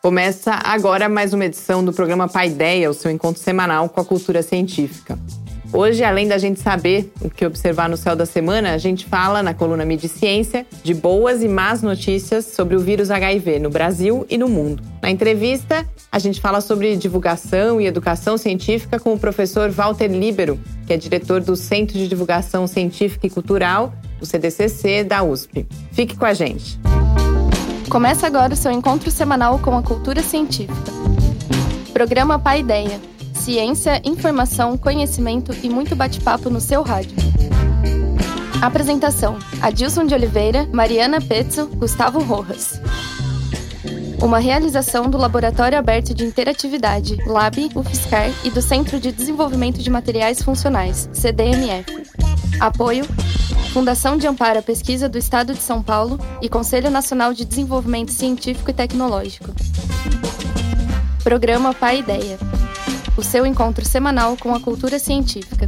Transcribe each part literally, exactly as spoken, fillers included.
Começa agora mais uma edição do programa Paideia, o seu encontro semanal com a cultura científica. Hoje, além da gente saber o que observar no céu da semana, a gente fala, na coluna Mídia e Ciência, de boas e más notícias sobre o vírus H I V no Brasil e no mundo. Na entrevista, a gente fala sobre divulgação e educação científica com o professor Walter Líbero, que é diretor do Centro de Divulgação Científica e Cultural, o C D C C, da U S P. Fique com a gente. Começa agora o seu encontro semanal com a cultura científica. Programa Paideia. Ciência, informação, conhecimento e muito bate-papo no seu rádio. Apresentação: Adilson de Oliveira, Mariana Pezzo, Gustavo Rojas. Uma realização do Laboratório Aberto de Interatividade, Lab, UFSCar e do Centro de Desenvolvimento de Materiais Funcionais, C D M F. Apoio: Fundação de Amparo à Pesquisa do Estado de São Paulo e Conselho Nacional de Desenvolvimento Científico e Tecnológico. Programa Paideia. O seu encontro semanal com a cultura científica.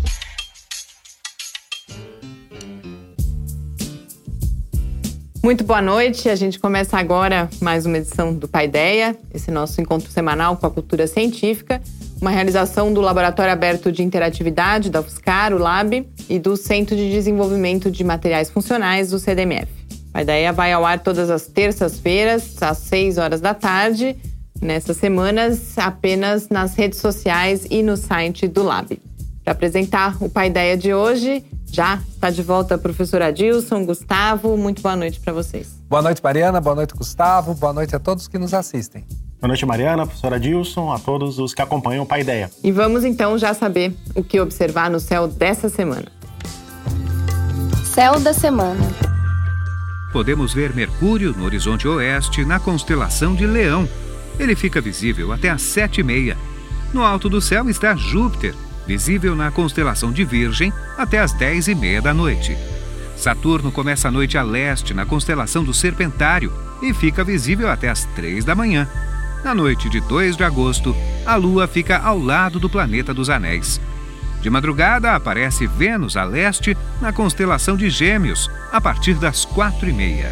Muito boa noite. A gente começa agora mais uma edição do Paideia, esse nosso encontro semanal com a cultura científica, uma realização do Laboratório Aberto de Interatividade da UFSCar, o Lab, e do Centro de Desenvolvimento de Materiais Funcionais, do C D M F. A Paideia vai ao ar todas as terças-feiras, às seis horas da tarde, nessas semanas apenas nas redes sociais e no site do Lab. Para apresentar o Paideia de hoje, já está de volta a professora Adilson, Gustavo. Muito boa noite para vocês. Boa noite, Mariana. Boa noite, Gustavo. Boa noite a todos que nos assistem. Boa noite, Mariana, professora Adilson, a todos os que acompanham o Paideia. E vamos então já saber o que observar no céu dessa semana. Céu da semana. Podemos ver Mercúrio no horizonte oeste, na constelação de Leão. Ele fica visível até às sete e meia. No alto do céu está Júpiter, visível na constelação de Virgem até às dez e meia da noite. Saturno começa a noite a leste na constelação do Serpentário e fica visível até às três da manhã. Na noite de dois de agosto, a Lua fica ao lado do planeta dos Anéis. De madrugada aparece Vênus a leste na constelação de Gêmeos a partir das quatro e meia.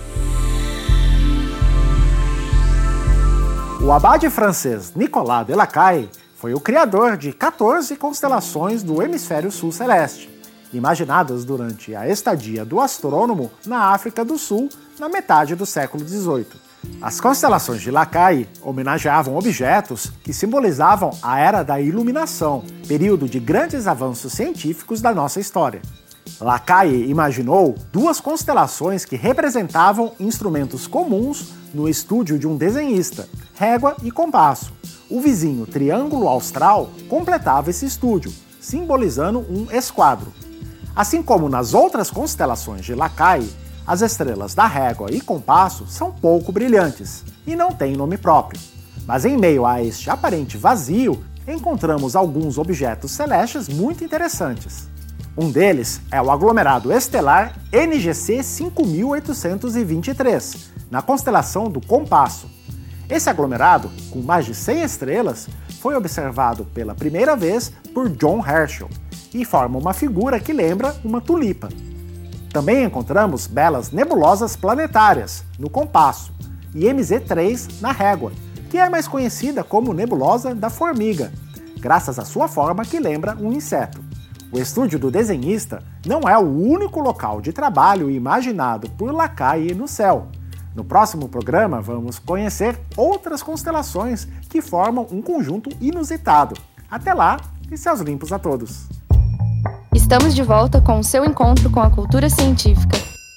O abade francês Nicolas de Lacaille foi o criador de quatorze constelações do hemisfério sul celeste, imaginadas durante a estadia do astrônomo na África do Sul na metade do século dezoito. As constelações de Lacaille homenageavam objetos que simbolizavam a Era da Iluminação, período de grandes avanços científicos da nossa história. Lacaille imaginou duas constelações que representavam instrumentos comuns no estúdio de um desenhista, régua e compasso. O vizinho triângulo austral completava esse estúdio, simbolizando um esquadro. Assim como nas outras constelações de Lacaille, as estrelas da régua e compasso são pouco brilhantes e não têm nome próprio. Mas em meio a este aparente vazio, encontramos alguns objetos celestes muito interessantes. Um deles é o aglomerado estelar N G C cinco mil oitocentos e vinte e três, na constelação do Compasso. Esse aglomerado, com mais de cem estrelas, foi observado pela primeira vez por John Herschel e forma uma figura que lembra uma tulipa. Também encontramos belas nebulosas planetárias, no Compasso, e M Z três na Régua, que é mais conhecida como nebulosa da Formiga, graças à sua forma que lembra um inseto. O estúdio do desenhista não é o único local de trabalho imaginado por Lacaille no céu. No próximo programa, vamos conhecer outras constelações que formam um conjunto inusitado. Até lá e céus limpos a todos! Estamos de volta com o seu encontro com a cultura científica.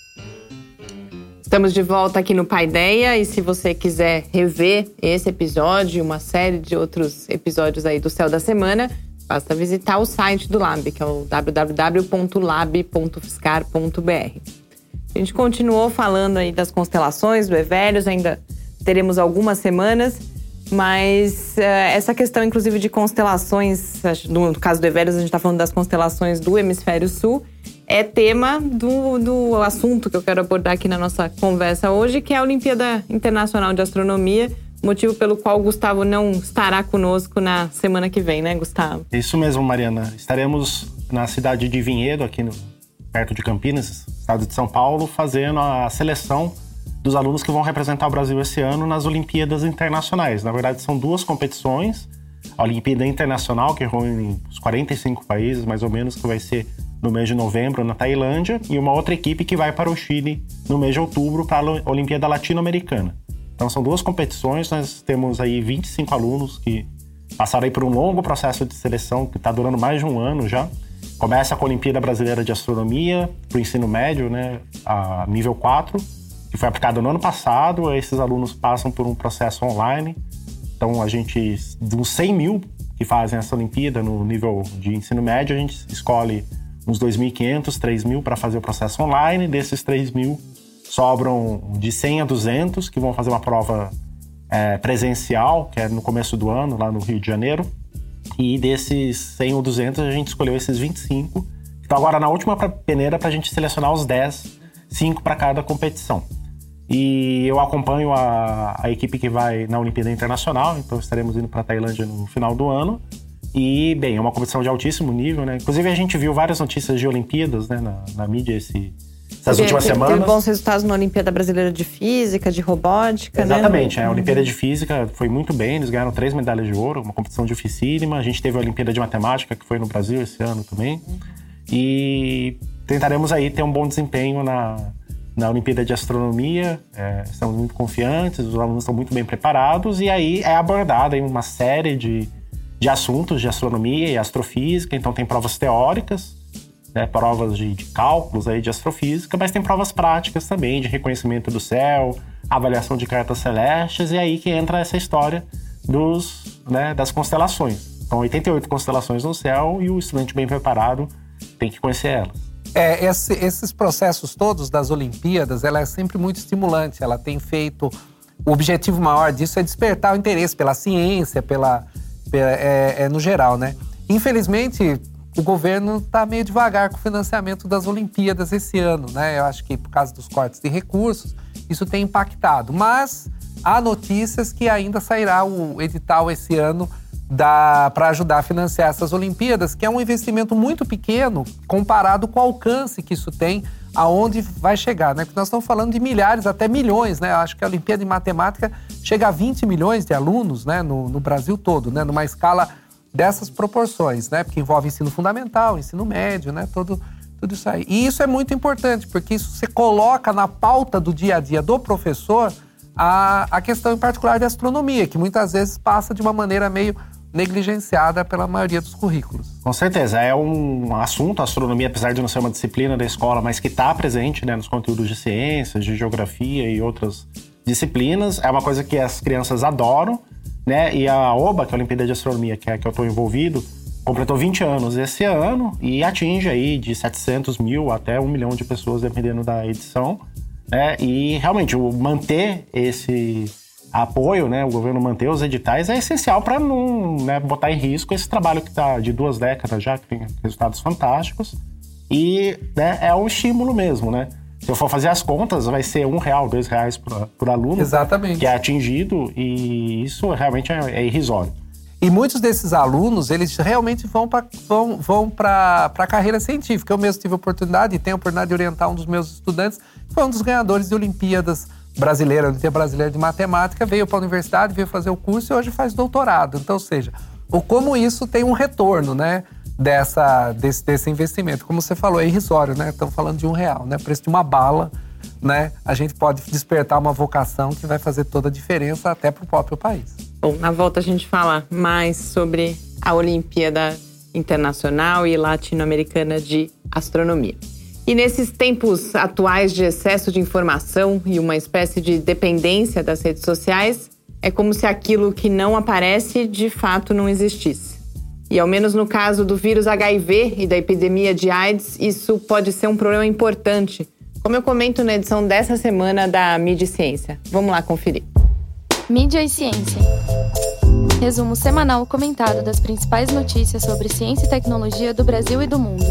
Estamos de volta aqui no Paideia e se você quiser rever esse episódio e uma série de outros episódios aí do Céu da Semana, basta visitar o site do Lab, que é o w w w ponto lab ponto u f s c a r ponto b r. A gente continuou falando aí das constelações, do Hevelios, ainda teremos algumas semanas, mas uh, essa questão, inclusive, de constelações, no caso do Hevelios, a gente está falando das constelações do Hemisfério Sul, é tema do, do assunto que eu quero abordar aqui na nossa conversa hoje, que é a Olimpíada Internacional de Astronomia, motivo pelo qual o Gustavo não estará conosco na semana que vem, né, Gustavo? Isso mesmo, Mariana. Estaremos na cidade de Vinhedo, aqui no, perto de Campinas, estado de São Paulo, fazendo a seleção dos alunos que vão representar o Brasil esse ano nas Olimpíadas Internacionais. Na verdade, são duas competições. A Olimpíada Internacional, que reúne os quarenta e cinco países, mais ou menos, que vai ser no mês de novembro, na Tailândia, e uma outra equipe que vai para o Chile no mês de outubro, para a Olimpíada Latino-Americana. Então, são duas competições. Nós temos aí vinte e cinco alunos que passaram aí por um longo processo de seleção, que está durando mais de um ano já. Começa com a Olimpíada Brasileira de Astronomia, para o ensino médio, né, a nível quatro, que foi aplicado no ano passado. Esses alunos passam por um processo online. Então, a gente, dos cem mil que fazem essa Olimpíada no nível de ensino médio, a gente escolhe uns dois mil e quinhentos, três mil para fazer o processo online. Desses três mil, sobram de cem a duzentos que vão fazer uma prova é, presencial, que é no começo do ano, lá no Rio de Janeiro. E desses cem ou duzentos, a gente escolheu esses vinte e cinco. Então, agora, na última peneira, para a gente selecionar os dez, cinco para cada competição. E eu acompanho a, a equipe que vai na Olimpíada Internacional, então estaremos indo para a Tailândia no final do ano. E, bem, é uma competição de altíssimo nível, né? Inclusive, a gente viu várias notícias de Olimpíadas, né, na, na mídia esse, essas Teve, últimas teve, semanas. Teve bons resultados na Olimpíada Brasileira de Física, de Robótica, Exatamente, né? É, a Olimpíada de Física foi muito bem, eles ganharam três medalhas de ouro, uma competição dificílima. A gente teve a Olimpíada de Matemática, que foi no Brasil esse ano também. E tentaremos aí ter um bom desempenho na... Na Olimpíada de Astronomia, é, estamos muito confiantes, os alunos estão muito bem preparados, e aí é abordada aí uma série de, de assuntos de astronomia e astrofísica. Então tem provas teóricas, né, provas de, de cálculos aí de astrofísica, mas tem provas práticas também, de reconhecimento do céu, avaliação de cartas celestes, e aí que entra essa história dos, né, das constelações. Então oitenta e oito constelações no céu, e o estudante bem preparado tem que conhecer elas. É, esse, esses processos todos das Olimpíadas, ela é sempre muito estimulante. Ela tem feito... O objetivo maior disso é despertar o interesse pela ciência, pela, pela é, é, no geral, né? Infelizmente, o governo está meio devagar com o financiamento das Olimpíadas esse ano, né? Eu acho que por causa dos cortes de recursos, isso tem impactado. Mas há notícias que ainda sairá o edital esse ano para ajudar a financiar essas Olimpíadas, que é um investimento muito pequeno comparado com o alcance que isso tem, aonde vai chegar, né? Porque nós estamos falando de milhares, até milhões, né? Eu acho que a Olimpíada de Matemática chega a vinte milhões de alunos, né? No, no Brasil todo, né? Numa escala dessas proporções, né? Porque envolve ensino fundamental, ensino médio, né? Todo, tudo isso aí. E isso é muito importante, porque isso você coloca na pauta do dia a dia do professor a, a questão em particular de astronomia, que muitas vezes passa de uma maneira meio negligenciada pela maioria dos currículos. Com certeza, é um assunto, a astronomia, apesar de não ser uma disciplina da escola, mas que está presente, né, nos conteúdos de ciências, de geografia e outras disciplinas. É uma coisa que as crianças adoram, né? E a OBA, que é a Olimpíada de Astronomia, que é a que eu estou envolvido, completou vinte anos esse ano e atinge aí de setecentos mil até um milhão de pessoas, dependendo da edição, né? E realmente, o manter esse apoio, né, o governo manter os editais é essencial para não, né, botar em risco esse trabalho que está de duas décadas já, que tem resultados fantásticos. E, né, é um estímulo mesmo, né? Se eu for fazer as contas, vai ser um real, dois reais por, por aluno. Exatamente. Que é atingido, e isso realmente é, é irrisório. E muitos desses alunos, eles realmente vão para vão, vão para a carreira científica. Eu mesmo tive a oportunidade, e tenho a oportunidade de orientar um dos meus estudantes, que foi um dos ganhadores de Olimpíadas brasileira, a Olimpíada Brasileira de Matemática, veio para a universidade, veio fazer o curso e hoje faz doutorado. Então, ou seja, o como isso tem um retorno, né, dessa, desse, desse investimento. Como você falou, é irrisório, né? Estamos falando de um real, né? Preço de uma bala, né? A gente pode despertar uma vocação que vai fazer toda a diferença até para o próprio país. Bom, na volta a gente fala mais sobre a Olimpíada Internacional e Latino-Americana de Astronomia. E nesses tempos atuais de excesso de informação e uma espécie de dependência das redes sociais, é como se aquilo que não aparece, de fato, não existisse. E ao menos no caso do vírus H I V e da epidemia de AIDS, isso pode ser um problema importante, como eu comento na edição dessa semana da Mídia e Ciência. Vamos lá conferir. Mídia e Ciência. Resumo semanal comentado das principais notícias sobre ciência e tecnologia do Brasil e do mundo.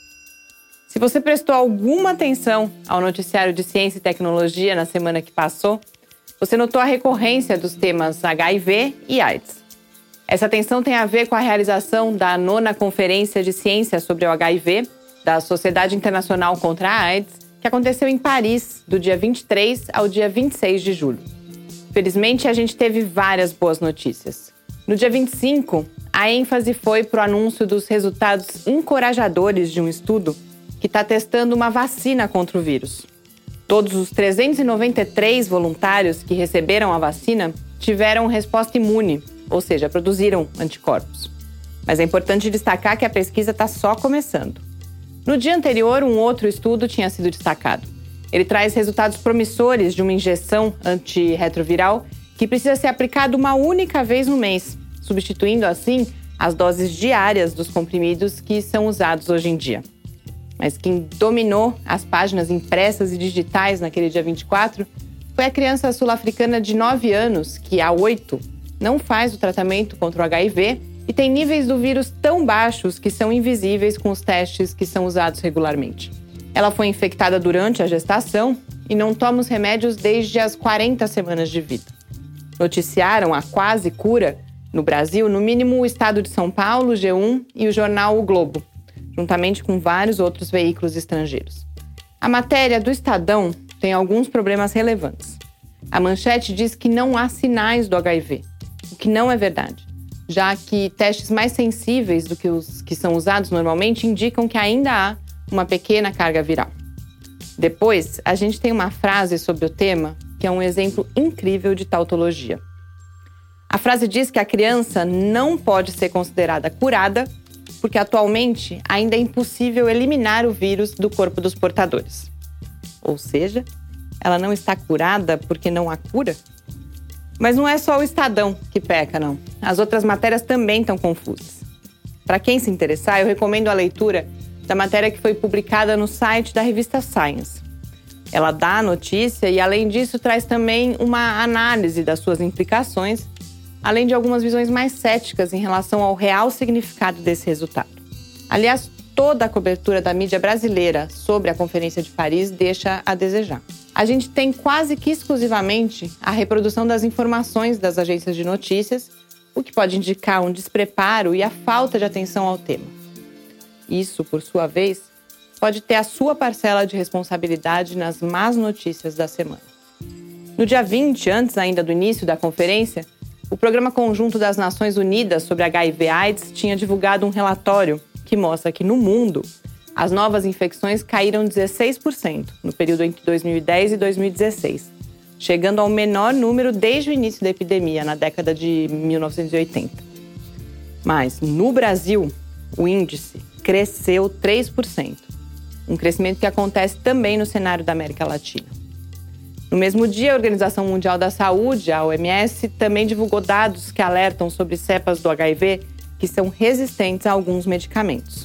Se você prestou alguma atenção ao noticiário de ciência e tecnologia na semana que passou, você notou a recorrência dos temas H I V e AIDS. Essa atenção tem a ver com a realização da nona Conferência de Ciência sobre o H I V, da Sociedade Internacional contra a AIDS que aconteceu em Paris, do dia vinte e três ao dia vinte e seis de julho. Felizmente, a gente teve várias boas notícias. No dia vinte e cinco, a ênfase foi para o anúncio dos resultados encorajadores de um estudo que está testando uma vacina contra o vírus. Todos os trezentos e noventa e três voluntários que receberam a vacina tiveram resposta imune, ou seja, produziram anticorpos. Mas é importante destacar que a pesquisa está só começando. No dia anterior, um outro estudo tinha sido destacado. Ele traz resultados promissores de uma injeção antirretroviral que precisa ser aplicada uma única vez no mês, substituindo assim as doses diárias dos comprimidos que são usados hoje em dia. Mas quem dominou as páginas impressas e digitais naquele dia vinte e quatro foi a criança sul-africana de nove anos, que há oito não faz o tratamento contra o H I V e tem níveis do vírus tão baixos que são invisíveis com os testes que são usados regularmente. Ela foi infectada durante a gestação e não toma os remédios desde as quarenta semanas de vida. Noticiaram a quase cura no Brasil, no mínimo o Estado de São Paulo, G um e o jornal O Globo, juntamente com vários outros veículos estrangeiros. A matéria do Estadão tem alguns problemas relevantes. A manchete diz que não há sinais do H I V, o que não é verdade, já que testes mais sensíveis do que os que são usados normalmente indicam que ainda há uma pequena carga viral. Depois, a gente tem uma frase sobre o tema que é um exemplo incrível de tautologia. A frase diz que a criança não pode ser considerada curada porque atualmente ainda é impossível eliminar o vírus do corpo dos portadores. Ou seja, ela não está curada porque não há cura? Mas não é só o Estadão que peca, não. As outras matérias também estão confusas. Para quem se interessar, eu recomendo a leitura da matéria que foi publicada no site da revista Science. Ela dá a notícia e, além disso, traz também uma análise das suas implicações, além de algumas visões mais céticas em relação ao real significado desse resultado. Aliás, toda a cobertura da mídia brasileira sobre a Conferência de Paris deixa a desejar. A gente tem quase que exclusivamente a reprodução das informações das agências de notícias, o que pode indicar um despreparo e a falta de atenção ao tema. Isso, por sua vez, pode ter a sua parcela de responsabilidade nas más notícias da semana. No dia vinte, antes ainda do início da conferência, o Programa Conjunto das Nações Unidas sobre H I V AIDS tinha divulgado um relatório que mostra que, no mundo, as novas infecções caíram dezesseis por cento no período entre dois mil e dez e dois mil e dezesseis, chegando ao menor número desde o início da epidemia, na década de mil novecentos e oitenta. Mas, no Brasil, o índice cresceu três por cento, um crescimento que acontece também no cenário da América Latina. No mesmo dia, a Organização Mundial da Saúde, a O M S, também divulgou dados que alertam sobre cepas do H I V que são resistentes a alguns medicamentos.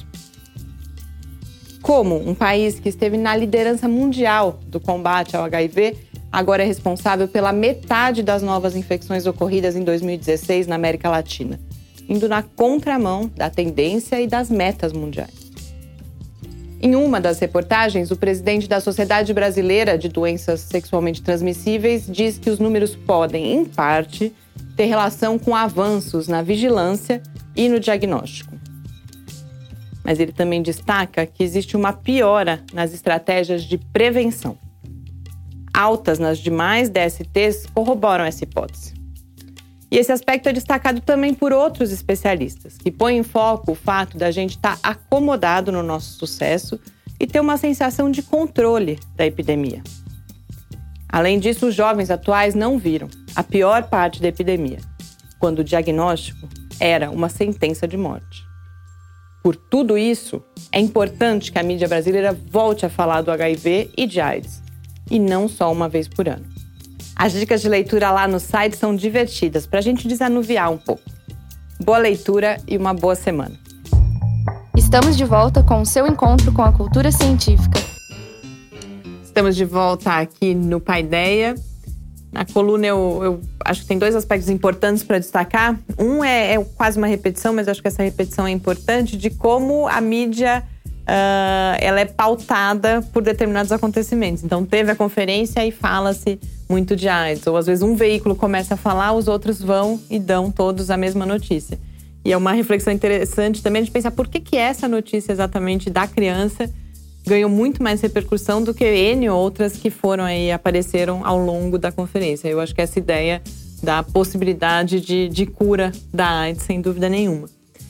Como um país que esteve na liderança mundial do combate ao H I V, agora é responsável pela metade das novas infecções ocorridas em dois mil e dezesseis na América Latina, indo na contramão da tendência e das metas mundiais. Em uma das reportagens, o presidente da Sociedade Brasileira de Doenças Sexualmente Transmissíveis diz que os números podem, em parte, ter relação com avanços na vigilância e no diagnóstico. Mas ele também destaca que existe uma piora nas estratégias de prevenção. Altas nas demais D S Ts corroboram essa hipótese. E esse aspecto é destacado também por outros especialistas, que põem em foco o fato da gente estar acomodado no nosso sucesso e ter uma sensação de controle da epidemia. Além disso, os jovens atuais não viram a pior parte da epidemia, quando o diagnóstico era uma sentença de morte. Por tudo isso, é importante que a mídia brasileira volte a falar do H I V e de AIDS, e não só uma vez por ano. As dicas de leitura lá no site são divertidas, para a gente desanuviar um pouco. Boa leitura e uma boa semana. Estamos de volta com o seu encontro com a cultura científica. Estamos de volta aqui no Paideia. Na coluna eu, eu acho que tem dois aspectos importantes para destacar. Um é, é quase uma repetição, mas acho que essa repetição é importante, de como a mídia uh, ela é pautada por determinados acontecimentos. Então teve a conferência e fala-se muito de AIDS. Ou às vezes um veículo começa a falar, os outros vão e dão todos a mesma notícia. E é uma reflexão interessante também de pensar por que, que essa notícia exatamente da criança ganhou muito mais repercussão do que N outras que foram aí, apareceram ao longo da conferência. Eu acho que essa ideia da possibilidade de, de cura da AIDS, sem dúvida nenhuma.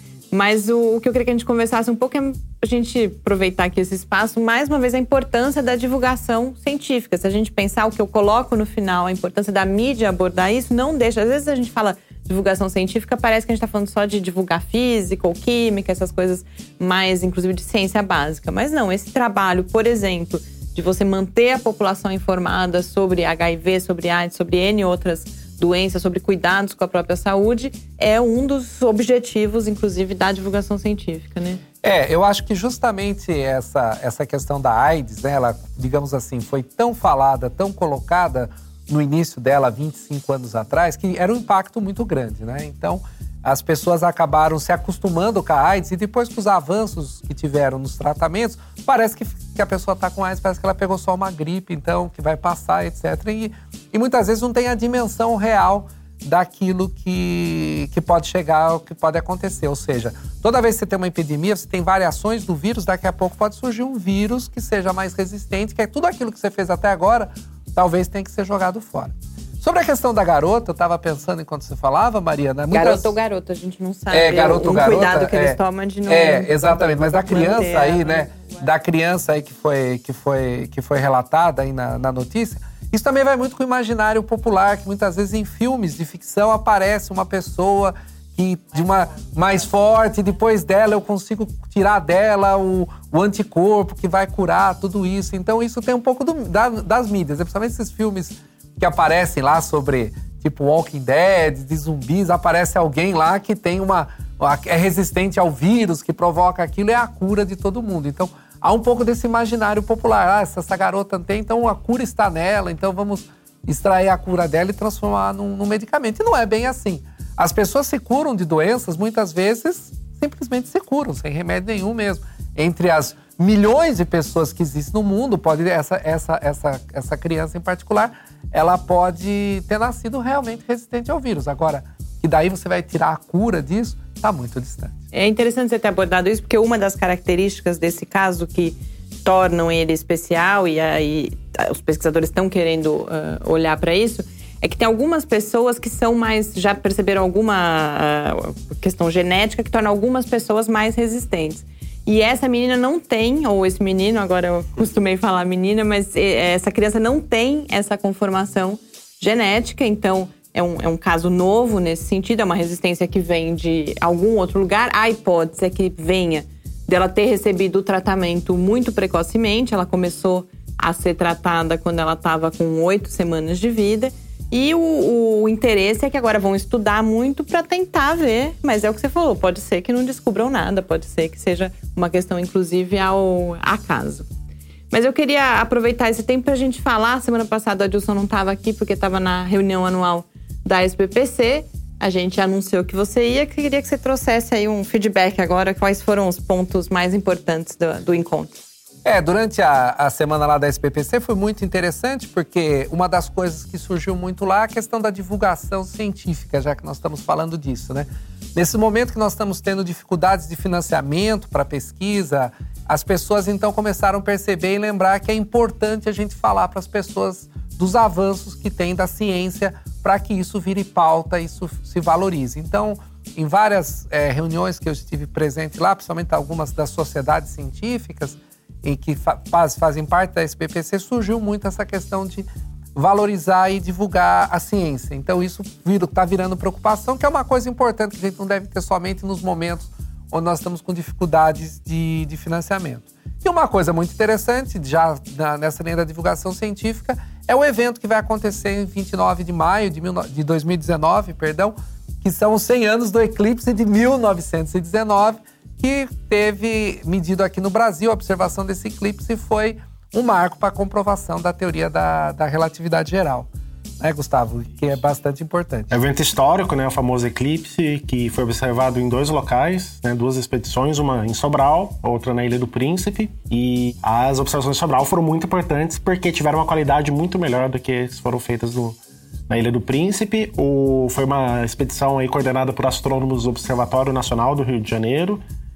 Mas o, o que eu queria que a gente conversasse um pouco é a gente aproveitar aqui esse espaço, mais uma vez, a importância da divulgação científica. Se a gente pensar o que eu coloco no final, a importância da mídia abordar isso, não deixa… Às vezes a gente fala divulgação científica, parece que a gente está falando só de divulgar física ou química, essas coisas mais, inclusive, de ciência básica. Mas não, esse trabalho, por exemplo, de você manter a população informada sobre H I V, sobre AIDS, sobre N outras doenças, sobre cuidados com a própria saúde, é um dos objetivos, inclusive, da divulgação científica, né? É, eu acho que justamente essa, essa questão da AIDS, né, ela, digamos assim, foi tão falada, tão colocada no início dela, vinte e cinco anos atrás, que era um impacto muito grande, né? Então, as pessoas acabaram se acostumando com a AIDS e depois com os avanços que tiveram nos tratamentos, parece que, que a pessoa está com AIDS, parece que ela pegou só uma gripe, então, que vai passar, etcétera. E, e muitas vezes não tem a dimensão real daquilo que, que pode chegar, que pode acontecer. Ou seja, toda vez que você tem uma epidemia, você tem variações do vírus, daqui a pouco pode surgir um vírus que seja mais resistente, que é tudo aquilo que você fez até agora, talvez tenha que ser jogado fora. Sobre a questão da garota, eu estava pensando enquanto você falava, Mariana… Muitas... Garoto ou garota, a gente não sabe. É, garoto ou um garota. cuidado que é, eles tomam de não… É, exatamente. Mas da criança manter, aí, né? Da criança aí que foi, que foi, que foi relatada aí na, na notícia, isso também vai muito com o imaginário popular, que muitas vezes em filmes de ficção aparece uma pessoa que, de uma mais forte, depois dela eu consigo tirar dela o, o anticorpo que vai curar tudo isso. Então isso tem um pouco do, da, das mídias, principalmente esses filmes que aparecem lá sobre, tipo, Walking Dead, de zumbis, aparece alguém lá que tem uma… é resistente ao vírus, que provoca aquilo, é a cura de todo mundo. Então, há um pouco desse imaginário popular. Ah, essa, essa garota tem, então a cura está nela, então vamos extrair a cura dela e transformar num, num medicamento. E não é bem assim. As pessoas se curam de doenças, muitas vezes, simplesmente se curam, sem remédio nenhum mesmo. Entre as milhões de pessoas que existem no mundo, pode essa, essa, essa, essa criança em particular, ela pode ter nascido realmente resistente ao vírus. Agora, que daí você vai tirar a cura disso, está muito distante. É interessante você ter abordado isso, porque uma das características desse caso que tornam ele especial, e aí os pesquisadores estão querendo uh, olhar para isso, é que tem algumas pessoas que são mais… já perceberam alguma uh, questão genética que torna algumas pessoas mais resistentes. E essa menina não tem, ou esse menino, agora eu costumei falar menina, mas essa criança não tem essa conformação genética, então é um, é um caso novo nesse sentido, é uma resistência que vem de algum outro lugar. A hipótese é que venha dela ter recebido o tratamento muito precocemente, ela começou a ser tratada quando ela estava com oito semanas de vida. E o, o interesse é que agora vão estudar muito para tentar ver, mas é o que você falou, pode ser que não descubram nada, pode ser que seja uma questão, inclusive, ao acaso. Mas eu queria aproveitar esse tempo para a gente falar. Semana passada o Adilson não estava aqui porque estava na reunião anual da S B P C. A gente anunciou que você ia, queria que você trouxesse aí um feedback agora, quais foram os pontos mais importantes do, do encontro. É, durante a, a semana lá da S B P C foi muito interessante, porque uma das coisas que surgiu muito lá é a questão da divulgação científica, já que nós estamos falando disso, né? Nesse momento que nós estamos tendo dificuldades de financiamento para pesquisa, as pessoas então começaram a perceber e lembrar que é importante a gente falar para as pessoas dos avanços que tem da ciência para que isso vire pauta, isso se valorize. Então, em várias é, reuniões que eu estive presente lá, principalmente algumas das sociedades científicas, em que faz, fazem parte da S B P C, surgiu muito essa questão de valorizar e divulgar a ciência. Então isso está virando preocupação, que é uma coisa importante que a gente não deve ter somente nos momentos onde nós estamos com dificuldades de, de financiamento. E uma coisa muito interessante, já na, nessa linha da divulgação científica, é o evento que vai acontecer em vinte e nove de maio de, mil, de dois mil e dezenove, perdão, que são os cem anos do eclipse de mil novecentos e dezenove, que teve medido aqui no Brasil. A observação desse eclipse foi um marco para a comprovação da teoria da, da relatividade geral. Né, Gustavo? Que é bastante importante. É um evento histórico, né? O famoso eclipse, que foi observado em dois locais, né? Duas expedições, uma em Sobral, outra na Ilha do Príncipe. E as observações em Sobral foram muito importantes porque tiveram uma qualidade muito melhor do que as foram feitas no, na Ilha do Príncipe. O, foi uma expedição aí coordenada por astrônomos do Observatório Nacional do Rio de Janeiro.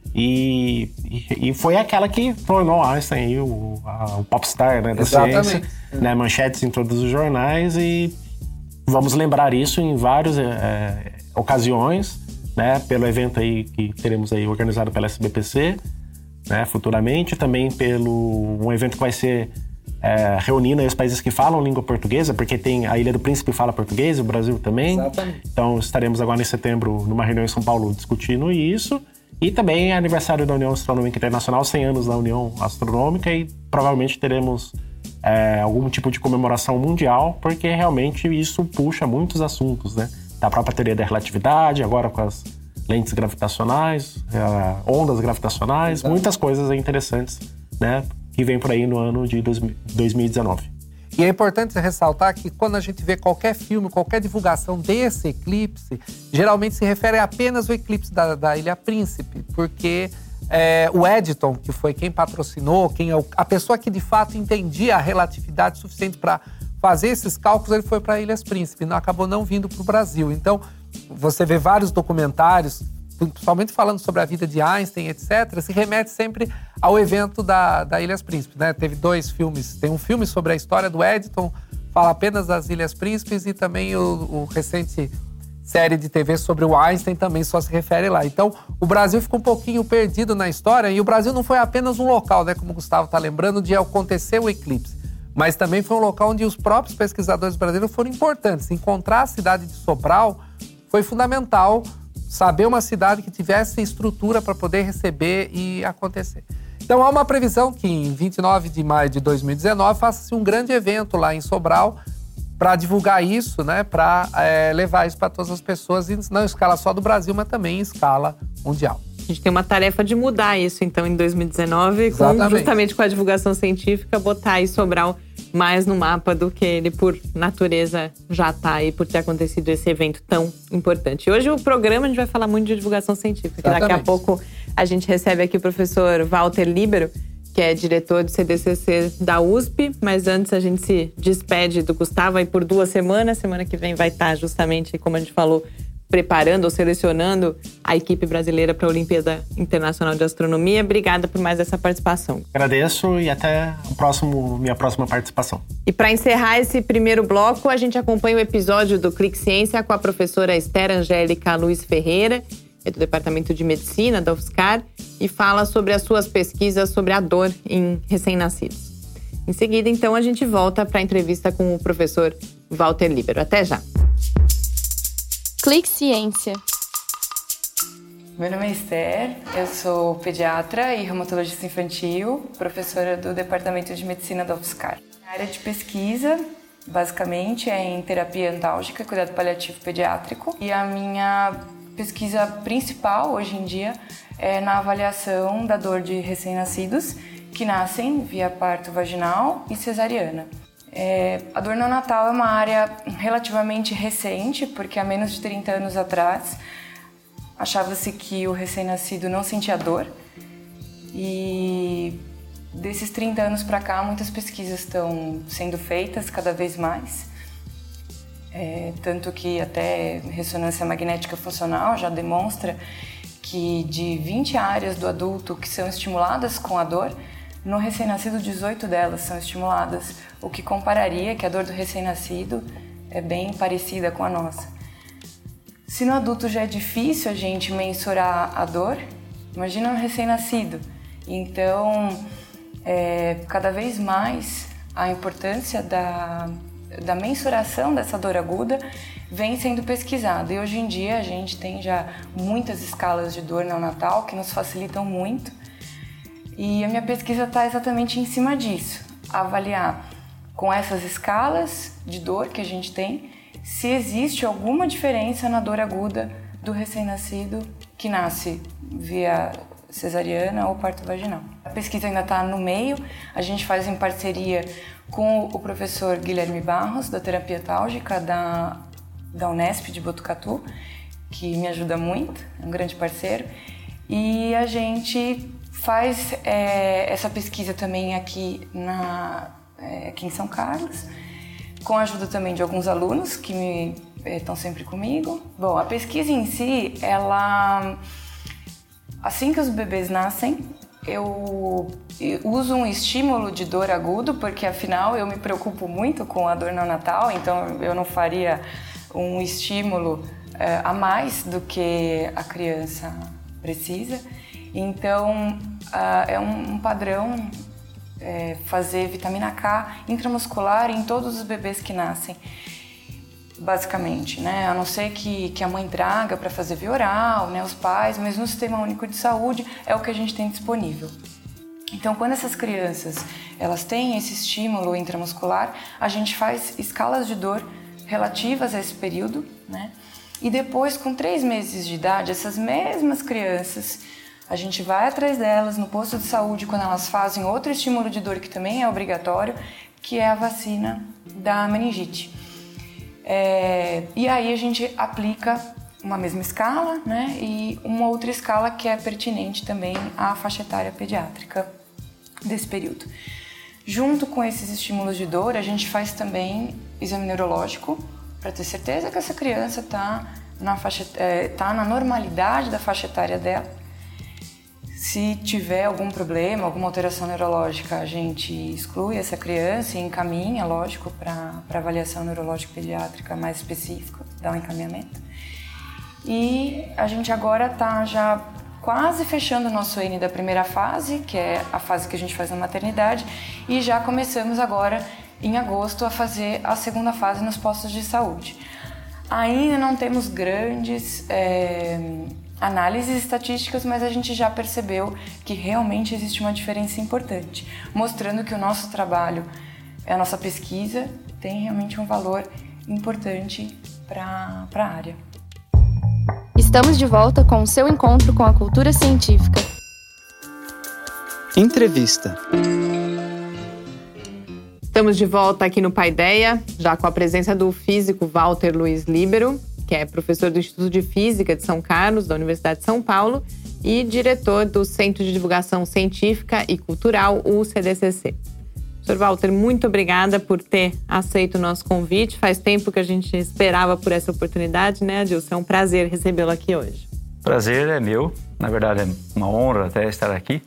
E, e, e foi aquela que tornou Einstein aí o, a, o popstar, né, da Exatamente. ciência, né, manchetes em todos os jornais, e vamos lembrar isso em várias é, ocasiões, né, pelo evento aí que teremos aí organizado pela S B P C, né, futuramente, também pelo um evento que vai ser é, reunindo aí os países que falam língua portuguesa, porque tem a Ilha do Príncipe fala português, o Brasil também. Exatamente. Então estaremos agora em setembro numa reunião em São Paulo discutindo isso. E também é aniversário da União Astronômica Internacional, cem anos da União Astronômica, e provavelmente teremos é, algum tipo de comemoração mundial, porque realmente isso puxa muitos assuntos, né? Da própria teoria da relatividade, agora com as lentes gravitacionais, é, ondas gravitacionais, Exato. Muitas coisas interessantes, né? Que vem por aí no ano de dois mil e dezenove. E é importante ressaltar que quando a gente vê qualquer filme, qualquer divulgação desse eclipse, geralmente se refere apenas ao eclipse da, da Ilha Príncipe, porque é, o Eddington, que foi quem patrocinou, quem é o, a pessoa que de fato entendia a relatividade suficiente para fazer esses cálculos, ele foi para Ilhas Príncipe, não, acabou não vindo para o Brasil. Então, você vê vários documentários, principalmente falando sobre a vida de Einstein, etcétera, se remete sempre ao evento da, da Ilhas Príncipes, né? Teve dois filmes, tem um filme sobre a história do Eddington, fala apenas das Ilhas Príncipes, e também o, o recente série de T V sobre o Einstein também só se refere lá. Então, o Brasil ficou um pouquinho perdido na história, e o Brasil não foi apenas um local, né, como o Gustavo está lembrando, de acontecer o eclipse, mas também foi um local onde os próprios pesquisadores brasileiros foram importantes. Encontrar a cidade de Sobral foi fundamental, saber uma cidade que tivesse estrutura para poder receber e acontecer. Então, há uma previsão que em vinte e nove de maio de dois mil e dezenove faça-se um grande evento lá em Sobral para divulgar isso, né, para é, levar isso para todas as pessoas, não em escala só do Brasil, mas também em escala mundial. A gente tem uma tarefa de mudar isso, então, em dois mil e dezenove, com, justamente com a divulgação científica, botar aí Sobral mais no mapa do que ele, por natureza, já está aí, por ter acontecido esse evento tão importante. E hoje o programa a gente vai falar muito de divulgação científica, que daqui a pouco a gente recebe aqui o professor Walter Líbero, que é diretor do C D C C da U S P, mas antes a gente se despede do Gustavo aí por duas semanas. Semana que vem vai estar justamente, como a gente falou, preparando ou selecionando a equipe brasileira para a Olimpíada Internacional de Astronomia. Obrigada por mais essa participação. Agradeço e até o próximo, minha próxima participação. E para encerrar esse primeiro bloco, a gente acompanha o episódio do Clique Ciência com a professora Esther Angélica Luiz Ferreira, é do Departamento de Medicina da U F S C ar, e fala sobre as suas pesquisas sobre a dor em recém-nascidos. Em seguida, então, a gente volta para a entrevista com o professor Walter Líbero. Até já! Clique Ciência. Meu nome é Esther, eu sou pediatra e reumatologista infantil, professora do Departamento de Medicina da U F S C ar. A área de pesquisa, basicamente, é em terapia antálgica, cuidado paliativo pediátrico. E a minha pesquisa principal, hoje em dia, é na avaliação da dor de recém-nascidos que nascem via parto vaginal e cesariana. É, a dor neonatal é uma área relativamente recente, porque há menos de trinta anos atrás achava-se que o recém-nascido não sentia dor, e desses trinta anos para cá muitas pesquisas estão sendo feitas cada vez mais, é, tanto que até ressonância magnética funcional já demonstra que de vinte áreas do adulto que são estimuladas com a dor, no recém-nascido, dezoito delas são estimuladas, o que compararia que a dor do recém-nascido é bem parecida com a nossa. Se no adulto já é difícil a gente mensurar a dor, imagina no recém-nascido. Então, é, cada vez mais a importância da, da mensuração dessa dor aguda vem sendo pesquisada. E hoje em dia a gente tem já muitas escalas de dor neonatal que nos facilitam muito. E a minha pesquisa está exatamente em cima disso, avaliar com essas escalas de dor que a gente tem, se existe alguma diferença na dor aguda do recém-nascido que nasce via cesariana ou parto vaginal. A pesquisa ainda está no meio, a gente faz em parceria com o professor Guilherme Barros, da terapia antálgica da, da Unesp de Botucatu, que me ajuda muito, é um grande parceiro, e a gente faz é, essa pesquisa também aqui, na, é, aqui em São Carlos, com a ajuda também de alguns alunos que me, é, estão sempre comigo. Bom, a pesquisa em si, ela assim que os bebês nascem, eu uso um estímulo de dor agudo, porque afinal eu me preocupo muito com a dor neonatal, então eu não faria um estímulo é, a mais do que a criança precisa. Então uh, é um, um padrão é, fazer vitamina K intramuscular em todos os bebês que nascem, basicamente, né? A não ser que, que a mãe traga para fazer via oral, né, os pais, mas no Sistema Único de Saúde é o que a gente tem disponível. Então, quando essas crianças elas têm esse estímulo intramuscular, a gente faz escalas de dor relativas a esse período, né? E depois, com três meses de idade, essas mesmas crianças, a gente vai atrás delas no posto de saúde quando elas fazem outro estímulo de dor que também é obrigatório, que é a vacina da meningite. É, e aí a gente aplica uma mesma escala, né, e uma outra escala que é pertinente também à faixa etária pediátrica desse período. Junto com esses estímulos de dor, a gente faz também exame neurológico para ter certeza que essa criança está na, é, tá na normalidade da faixa etária dela. Se tiver algum problema, alguma alteração neurológica, a gente exclui essa criança e encaminha, lógico, para avaliação neurológica pediátrica mais específica, dá um encaminhamento. E a gente agora está já quase fechando o nosso N da primeira fase, que é a fase que a gente faz na maternidade, e já começamos agora, em agosto, a fazer a segunda fase nos postos de saúde. Ainda não temos grandes é, análises estatísticas, mas a gente já percebeu que realmente existe uma diferença importante, mostrando que o nosso trabalho, a nossa pesquisa, tem realmente um valor importante para a área. Estamos de volta com o seu encontro com a cultura científica. Entrevista. Estamos de volta aqui no Paideia, já com a presença do físico Walter Luiz Líbero, que é professor do Instituto de Física de São Carlos, da Universidade de São Paulo, e diretor do Centro de Divulgação Científica e Cultural, o C D C C. Professor Walter, muito obrigada por ter aceito o nosso convite. Faz tempo que a gente esperava por essa oportunidade, né, Adilson? É um prazer recebê-lo aqui hoje. Prazer é meu. Na verdade, é uma honra até estar aqui.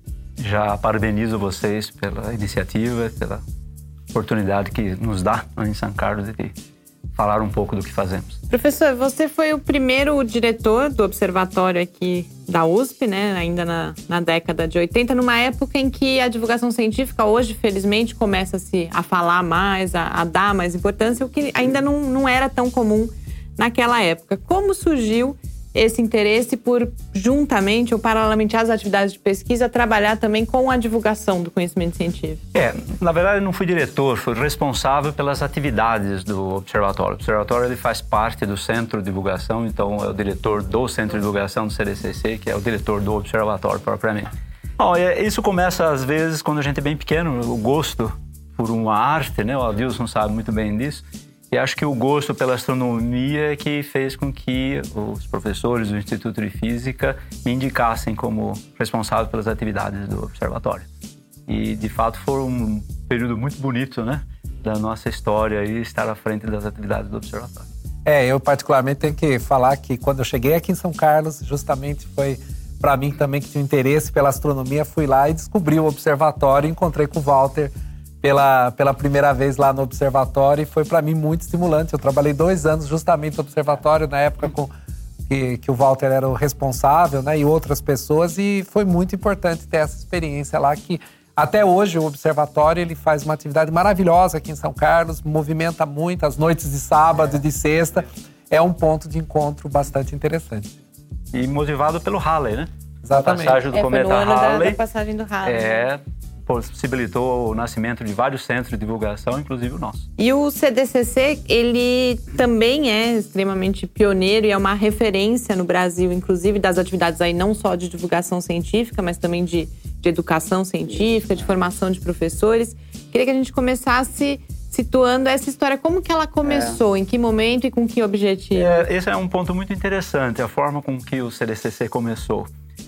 Já parabenizo vocês pela iniciativa, pela oportunidade que nos dá em São Carlos de falar um pouco do que fazemos. Professor, você foi o primeiro diretor do observatório aqui da U S P, né? Ainda na, na década de oitenta, numa época em que a divulgação científica hoje, felizmente, começa-se a falar mais, a, a dar mais importância, o que ainda não, não era tão comum naquela época. Como surgiu esse interesse por, juntamente ou paralelamente às atividades de pesquisa, trabalhar também com a divulgação do conhecimento científico? É, na verdade eu não fui diretor, fui responsável pelas atividades do Observatório. O Observatório ele faz parte do Centro de Divulgação, então é o diretor do Centro de Divulgação do C D C C, que é o diretor do Observatório propriamente. Bom, isso começa às vezes quando a gente é bem pequeno, o gosto por uma arte, né? O Adilson sabe muito bem disso. E acho que o gosto pela astronomia é que fez com que os professores do Instituto de Física me indicassem como responsável pelas atividades do observatório. E, de fato, foi um período muito bonito, né, da nossa história e estar à frente das atividades do observatório. É, eu particularmente tenho que falar que quando eu cheguei aqui em São Carlos, justamente foi para mim também que tinha interesse pela astronomia, fui lá e descobri o observatório e encontrei com o Walter Pela, pela primeira vez lá no observatório e foi para mim muito estimulante. Eu trabalhei dois anos justamente no observatório, na época com, que, que o Walter era o responsável, né, e outras pessoas, e foi muito importante ter essa experiência lá, que até hoje o observatório ele faz uma atividade maravilhosa aqui em São Carlos, movimenta muito, as noites de sábado e de sexta, é um ponto de encontro bastante interessante. E motivado pelo Halley, né? Exatamente. A passagem do é, cometa foi no ano Halley. Da, da passagem do Halley. É... Né? possibilitou o nascimento de vários centros de divulgação, inclusive o nosso. E o C D C C, ele também é extremamente pioneiro e é uma referência no Brasil, inclusive das atividades aí não só de divulgação científica, mas também de, de educação científica, de formação de professores. Queria que a gente começasse situando essa história. Como que ela começou, é. em que momento e com que objetivo? É, esse é um ponto muito interessante, a forma com que o C D C C começou.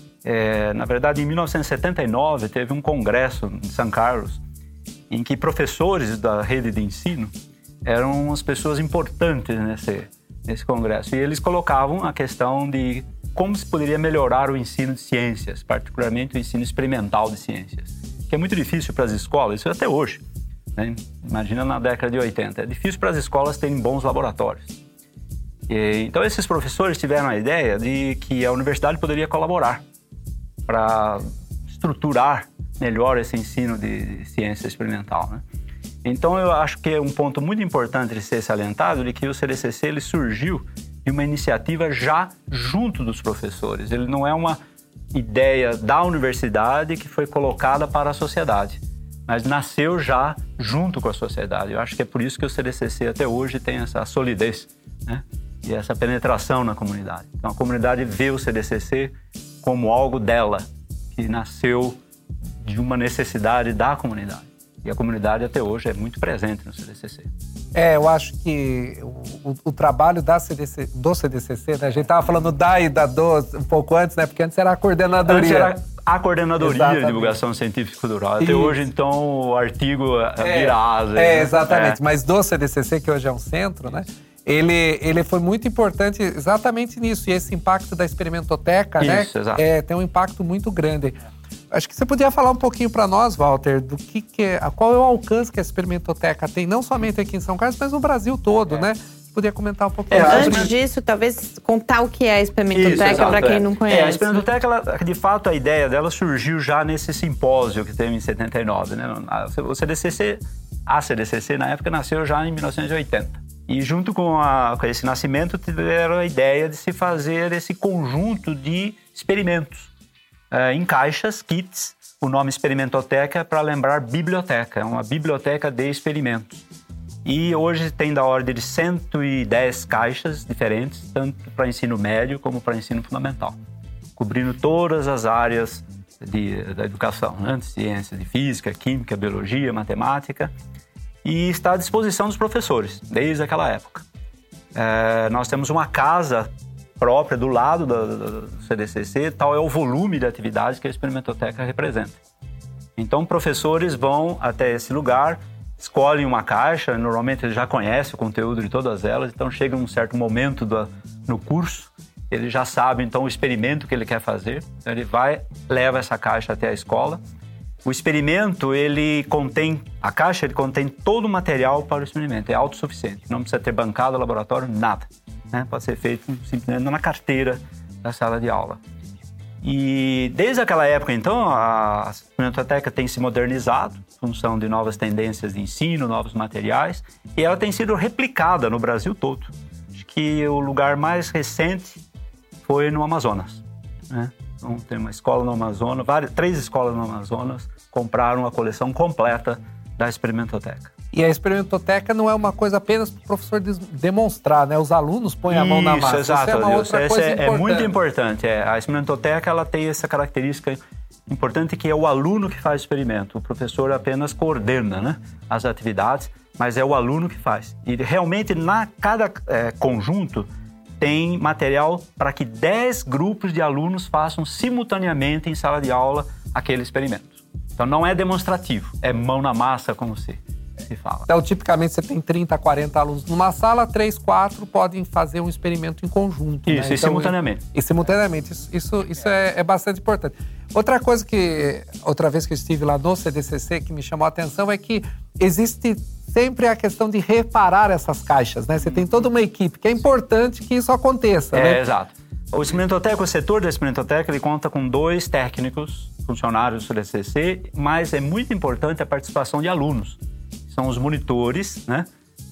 É, na verdade, em mil novecentos e setenta e nove, teve um congresso em São Carlos em que professores da rede de ensino eram as pessoas importantes nesse, nesse congresso. E eles colocavam a questão de como se poderia melhorar o ensino de ciências, particularmente o ensino experimental de ciências, que é muito difícil para as escolas, isso até hoje, né? Imagina na década de oitenta, é difícil para as escolas terem bons laboratórios. E, então esses professores tiveram a ideia de que a universidade poderia colaborar para estruturar melhor esse ensino de, de ciência experimental, né? Então eu acho que é um ponto muito importante de ser salientado de que o C D C C ele surgiu de uma iniciativa já junto dos professores. Ele não é uma ideia da universidade que foi colocada para a sociedade, mas nasceu já junto com a sociedade. Eu acho que é por isso que o C D C C até hoje tem essa solidez, né? E essa penetração na comunidade. Então a comunidade vê o C D C C como algo dela, que nasceu de uma necessidade da comunidade. E a comunidade até hoje é muito presente no C D C C. É, eu acho que o, o, o trabalho da C D C, do C D C C, né? A gente estava falando da e da do um pouco antes, né? Porque antes era a coordenadoria. Antes era a coordenadoria Exatamente. de divulgação científica e cultural. Até Isso. hoje, então, o artigo É, vira asa. É, né? exatamente. É. Mas do C D C C, que hoje é um centro, né? Ele, ele foi muito importante exatamente nisso. E esse impacto da experimentoteca, Isso, né? exato. É, tem um impacto muito grande. Acho que você podia falar um pouquinho para nós, Walter, do que, que é, qual é o alcance que a experimentoteca tem, não somente aqui em São Carlos, mas no Brasil todo, é. né? Você podia comentar um pouquinho. É, sobre Antes disso, talvez contar o que é a experimentoteca Isso, para quem é. não conhece. É, a experimentoteca, ela, de fato, a ideia dela surgiu já nesse simpósio que teve em setenta e nove, né? O C D C C, a C D C C, na época, nasceu já em mil novecentos e oitenta. E junto com, a, com esse nascimento, tiveram a ideia de se fazer esse conjunto de experimentos é, em caixas, kits. O nome experimentoteca é para lembrar biblioteca, é uma biblioteca de experimentos. E hoje tem da ordem de cento e dez caixas diferentes, tanto para ensino médio como para ensino fundamental, cobrindo todas as áreas de, da educação, né? De ciência, de física, química, biologia, matemática, e está à disposição dos professores, desde aquela época. É, nós temos uma casa própria do lado do, do C D C C, tal é o volume de atividades que a experimentoteca representa. Então, professores vão até esse lugar, escolhem uma caixa, normalmente eles já conhecem o conteúdo de todas elas, então chega um certo momento do, no curso, ele já sabe então o experimento que ele quer fazer, então ele vai, leva essa caixa até a escola. O experimento, ele contém, a caixa ele contém todo o material para o experimento, é autossuficiente, não precisa ter bancada, laboratório, nada. Né? Pode ser feito simplesmente na carteira da sala de aula. E desde aquela época, então, a experimentoteca tem se modernizado, em função de novas tendências de ensino, novos materiais, e ela tem sido replicada no Brasil todo. Acho que o lugar mais recente foi no Amazonas, né? Então, tem uma escola no Amazonas, várias, três escolas no Amazonas compraram a coleção completa da experimentoteca. E a experimentoteca não é uma coisa apenas para o professor demonstrar, né? Os alunos põem a mão na massa. Isso, exato. Isso é uma outra Isso coisa é, importante. é muito importante. É, a experimentoteca ela tem essa característica importante que é o aluno que faz o experimento. O professor apenas coordena, né, as atividades, mas é o aluno que faz. E realmente, na cada é, conjunto, tem material para que dez grupos de alunos façam simultaneamente em sala de aula aquele experimento. Então, não é demonstrativo, é mão na massa, como se, se fala. Então, tipicamente, você tem trinta, quarenta alunos numa sala, três, quatro podem fazer um experimento em conjunto. Isso, né? e então, simultaneamente. E, e simultaneamente. Isso, isso, isso é, é bastante importante. Outra coisa que, outra vez que eu estive lá no C D C C, que me chamou a atenção é que existe sempre a questão de reparar essas caixas, né? Você tem toda uma equipe, que é importante que isso aconteça, é, né? Exato. O experimentoteca, o setor da experimentoteca, ele conta com dois técnicos, funcionários do C D C C, mas é muito importante a participação de alunos. São os monitores, né,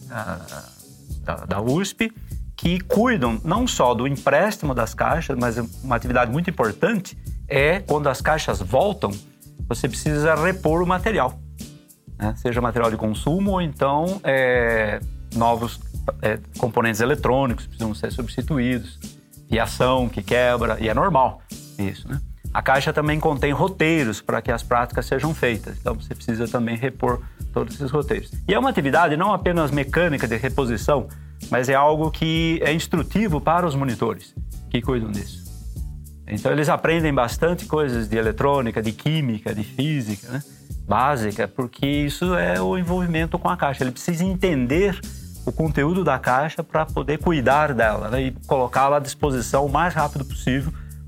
da, da U S P, que cuidam não só do empréstimo das caixas, mas uma atividade muito importante é quando as caixas voltam, você precisa repor o material, né? Seja material de consumo ou então é, novos é, componentes eletrônicos precisam ser substituídos, fiação que quebra, e é normal isso, né? A caixa também contém roteiros para que as práticas sejam feitas, então você precisa também repor todos esses roteiros. E é uma atividade não apenas mecânica de reposição, mas é algo que é instrutivo para os monitores que cuidam disso. Então eles aprendem bastante coisas de eletrônica, de química, de física, né, básica, porque isso é o envolvimento com a caixa. Ele precisa entender o conteúdo da caixa para poder cuidar dela, né, e colocá-la à disposição o mais rápido possível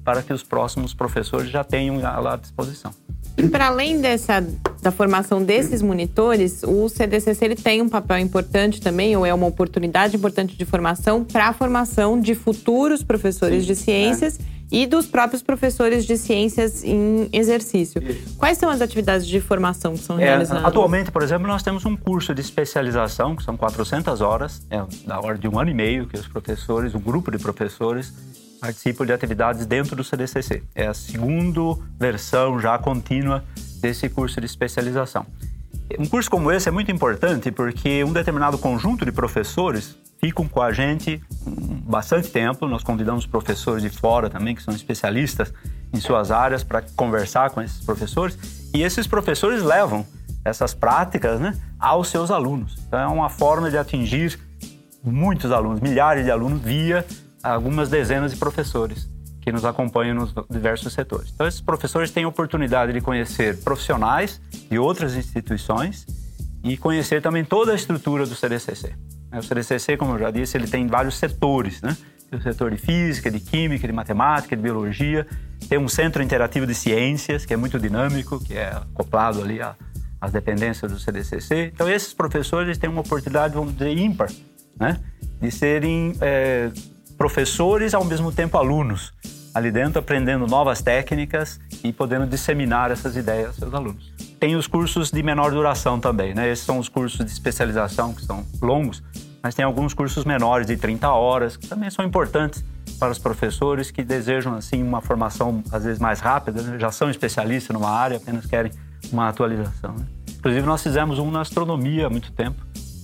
para que os próximos professores já tenham lá à disposição. E para além dessa, da formação desses monitores, o C D C C ele tem um papel importante também, ou é uma oportunidade importante de formação para a formação de futuros professores Sim, de ciências é. e dos próprios professores de ciências em exercício. Isso. Quais são as atividades de formação que são é, realizadas? Atualmente, por exemplo, nós temos um curso de especialização, que são quatrocentas horas, é da hora de um ano e meio, que os professores, um grupo de professores, participam de atividades dentro do C D C C. É a segunda versão já contínua desse curso de especialização. Um curso como esse é muito importante porque um determinado conjunto de professores ficam com a gente bastante tempo. Nós convidamos professores de fora também, que são especialistas em suas áreas, para conversar com esses professores. E esses professores levam essas práticas, né, aos seus alunos. Então é uma forma de atingir muitos alunos, milhares de alunos, via algumas dezenas de professores que nos acompanham nos diversos setores. Então, esses professores têm a oportunidade de conhecer profissionais de outras instituições e conhecer também toda a estrutura do C D C C. O C D C C, como eu já disse, ele tem vários setores, né? Tem o setor de física, de química, de matemática, de biologia. Tem um centro interativo de ciências, que é muito dinâmico, que é acoplado ali às dependências do C D C C. Então, esses professores têm uma oportunidade, vamos dizer, ímpar, né? De serem é, professores, ao mesmo tempo alunos, ali dentro aprendendo novas técnicas e podendo disseminar essas ideias aos seus alunos. Tem os cursos de menor duração também, né? Esses são os cursos de especialização, que são longos, mas tem alguns cursos menores de trinta horas, que também são importantes para os professores que desejam, assim, uma formação, às vezes, mais rápida, né? Já são especialistas numa área, apenas querem uma atualização, né? Inclusive, nós fizemos um na astronomia há muito tempo,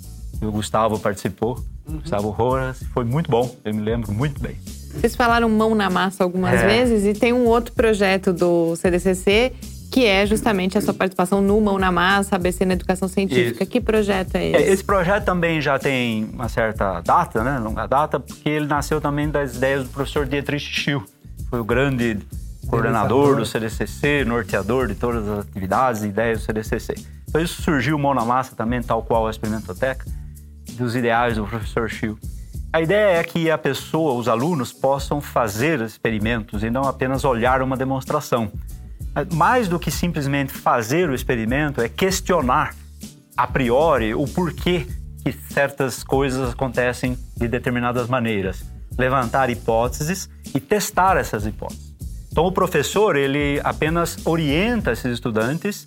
e o Gustavo participou, uhum. Gustavo Rojas, foi muito bom, eu me lembro muito bem. Vocês falaram mão na massa algumas é. vezes, e tem um outro projeto do C D C C, que é justamente a sua participação no Mão na Massa, A B C na Educação Científica. Isso. Que projeto é esse? É, esse projeto também já tem uma certa data, né? Longa data, porque ele nasceu também das ideias do professor Dietrich Schill. Foi o grande coordenador do C D C C, norteador de todas as atividades e ideias do C D C C. Então isso surgiu, Mão na Massa também, tal qual a Experimentoteca, dos ideais do professor Schill. A ideia é que a pessoa, os alunos, possam fazer experimentos e não apenas olhar uma demonstração. Mais do que simplesmente fazer o experimento, é questionar a priori o porquê que certas coisas acontecem de determinadas maneiras. Levantar hipóteses e testar essas hipóteses. Então o professor, ele apenas orienta esses estudantes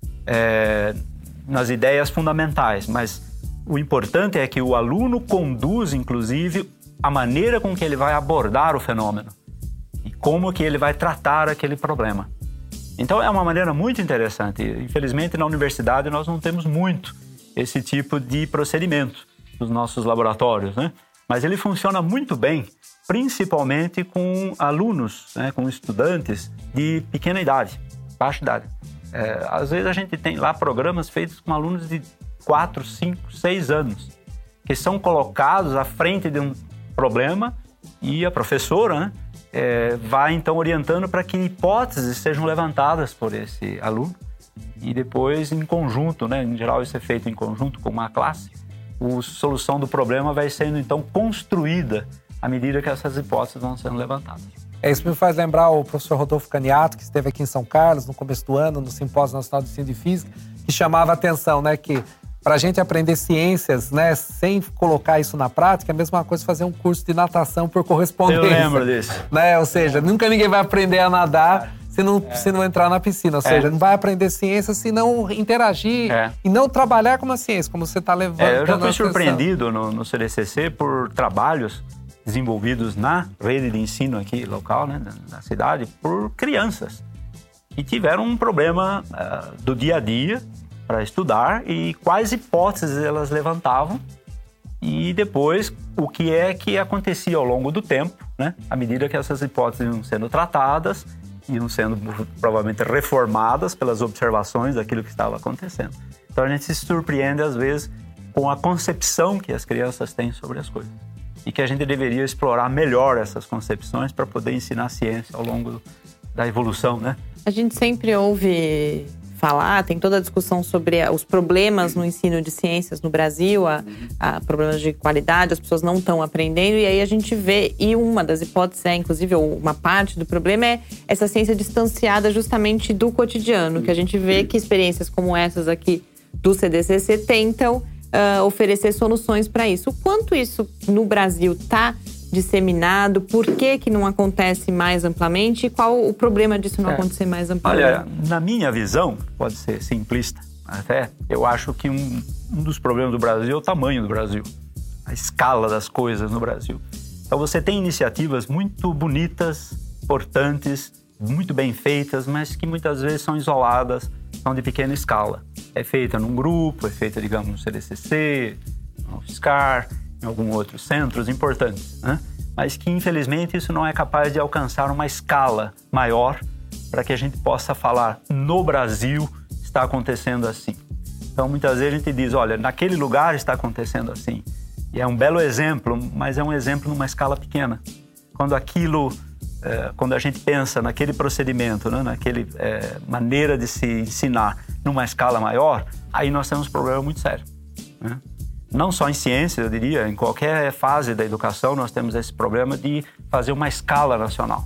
é, nas ideias fundamentais, mas o importante é que o aluno conduz, inclusive, a maneira com que ele vai abordar o fenômeno e como que ele vai tratar aquele problema. Então, é uma maneira muito interessante. Infelizmente, na universidade, nós não temos muito esse tipo de procedimento nos nossos laboratórios, né? Mas ele funciona muito bem, principalmente com alunos, né? Com estudantes de pequena idade, baixa idade. É, às vezes, a gente tem lá programas feitos com alunos de quatro, cinco, seis anos, que são colocados à frente de um problema e a professora, né, é, vai então orientando para que hipóteses sejam levantadas por esse aluno e depois em conjunto, né, em geral isso é feito em conjunto com uma classe, a solução do problema vai sendo então construída à medida que essas hipóteses vão sendo levantadas. É, isso me faz lembrar o professor Rodolfo Caniato, que esteve aqui em São Carlos no começo do ano, no Simpósio Nacional de Ensino de Física, que chamava a atenção, né, que para a gente aprender ciências, né, sem colocar isso na prática, é a mesma coisa fazer um curso de natação por correspondência. Eu lembro disso. Né? Ou seja, nunca ninguém vai aprender a nadar se não, é. se não entrar na piscina. Ou seja, é. não vai aprender ciência se não interagir é. e não trabalhar com a ciência, como você está levando. É, eu já fui surpreendido no, no C D C C por trabalhos desenvolvidos na rede de ensino aqui local, né, na cidade, por crianças que tiveram um problema uh, do dia a dia para estudar e quais hipóteses elas levantavam e depois o que é que acontecia ao longo do tempo, né? À medida que essas hipóteses iam sendo tratadas, iam sendo provavelmente reformadas pelas observações daquilo que estava acontecendo. Então a gente se surpreende às vezes com a concepção que as crianças têm sobre as coisas e que a gente deveria explorar melhor essas concepções para poder ensinar ciência ao longo da evolução, né? A gente sempre ouve falar, tem toda a discussão sobre os problemas no ensino de ciências no Brasil, a, a problemas de qualidade, as pessoas não estão aprendendo, e aí a gente vê, e uma das hipóteses é, inclusive, uma parte do problema é essa ciência distanciada justamente do cotidiano, que a gente vê que experiências como essas aqui do C D C C tentam uh, oferecer soluções para isso. O quanto isso no Brasil está disseminado, por que que não acontece mais amplamente e qual o problema disso não é. acontecer mais amplamente? Olha, na minha visão, pode ser simplista até, eu acho que um, um dos problemas do Brasil é o tamanho do Brasil, a escala das coisas no Brasil. Então você tem iniciativas muito bonitas, importantes, muito bem feitas, mas que muitas vezes são isoladas, são de pequena escala. É feita num grupo, é feita, digamos, no C D C C, no UFSCar, em alguns outros centros importantes, né? Mas que, infelizmente, isso não é capaz de alcançar uma escala maior para que a gente possa falar, no Brasil está acontecendo assim. Então, muitas vezes a gente diz, olha, naquele lugar está acontecendo assim. E é um belo exemplo, mas é um exemplo numa escala pequena. Quando aquilo, é, quando a gente pensa naquele procedimento, né, naquele é, maneira de se ensinar numa escala maior, aí nós temos um problema muito sério, né? Não só em ciência, eu diria, em qualquer fase da educação nós temos esse problema de fazer uma escala nacional.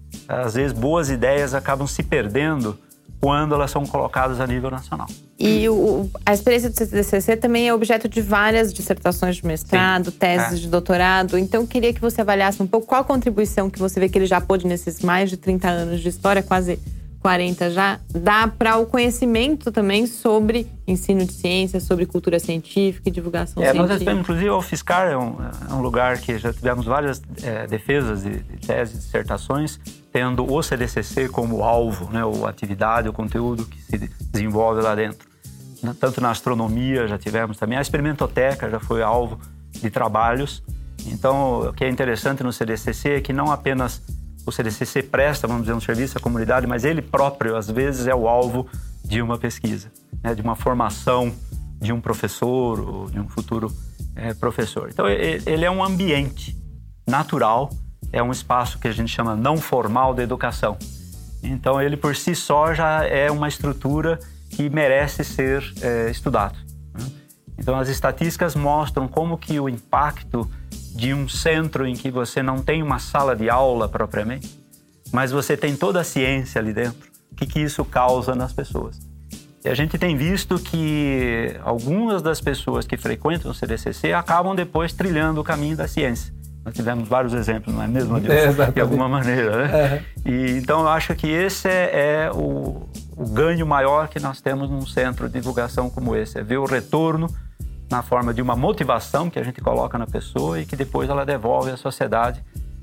Às vezes boas ideias acabam se perdendo quando elas são colocadas a nível nacional. E o, a experiência do C D C C também é objeto de várias dissertações de mestrado, Sim. teses é. de doutorado. Então, eu queria que você avaliasse um pouco qual a contribuição que você vê que ele já pôde nesses mais de trinta anos de história, quase quarenta já, dá para o conhecimento também sobre ensino de ciência, sobre cultura científica e divulgação é, científica. Nós temos, inclusive, o UFSCar é um, é um lugar que já tivemos várias é, defesas de, de teses, dissertações, tendo o C D C C como alvo, né, a atividade, o conteúdo que se desenvolve lá dentro. Tanto na astronomia já tivemos também, a experimentoteca já foi alvo de trabalhos. Então, o que é interessante no C D C C é que não apenas o C D C C presta, vamos dizer, um serviço à comunidade, mas ele próprio, às vezes, é o alvo de uma pesquisa, né, de uma formação de um professor ou de um futuro é, professor. Então, ele é um ambiente natural, é um espaço que a gente chama não formal da educação. Então, ele por si só já é uma estrutura que merece ser é, estudado, né? Então, as estatísticas mostram como que o impacto de um centro em que você não tem uma sala de aula propriamente, mas você tem toda a ciência ali dentro, o que, que isso causa nas pessoas. E a gente tem visto que algumas das pessoas que frequentam o C D C C acabam depois trilhando o caminho da ciência. Nós tivemos vários exemplos, não é mesmo? De, é, de alguma maneira, né? É. E, então, eu acho que esse é, é o, o ganho maior que nós temos num centro de divulgação como esse, é ver o retorno na forma de uma motivação que a gente coloca na pessoa e que depois ela devolve à sociedade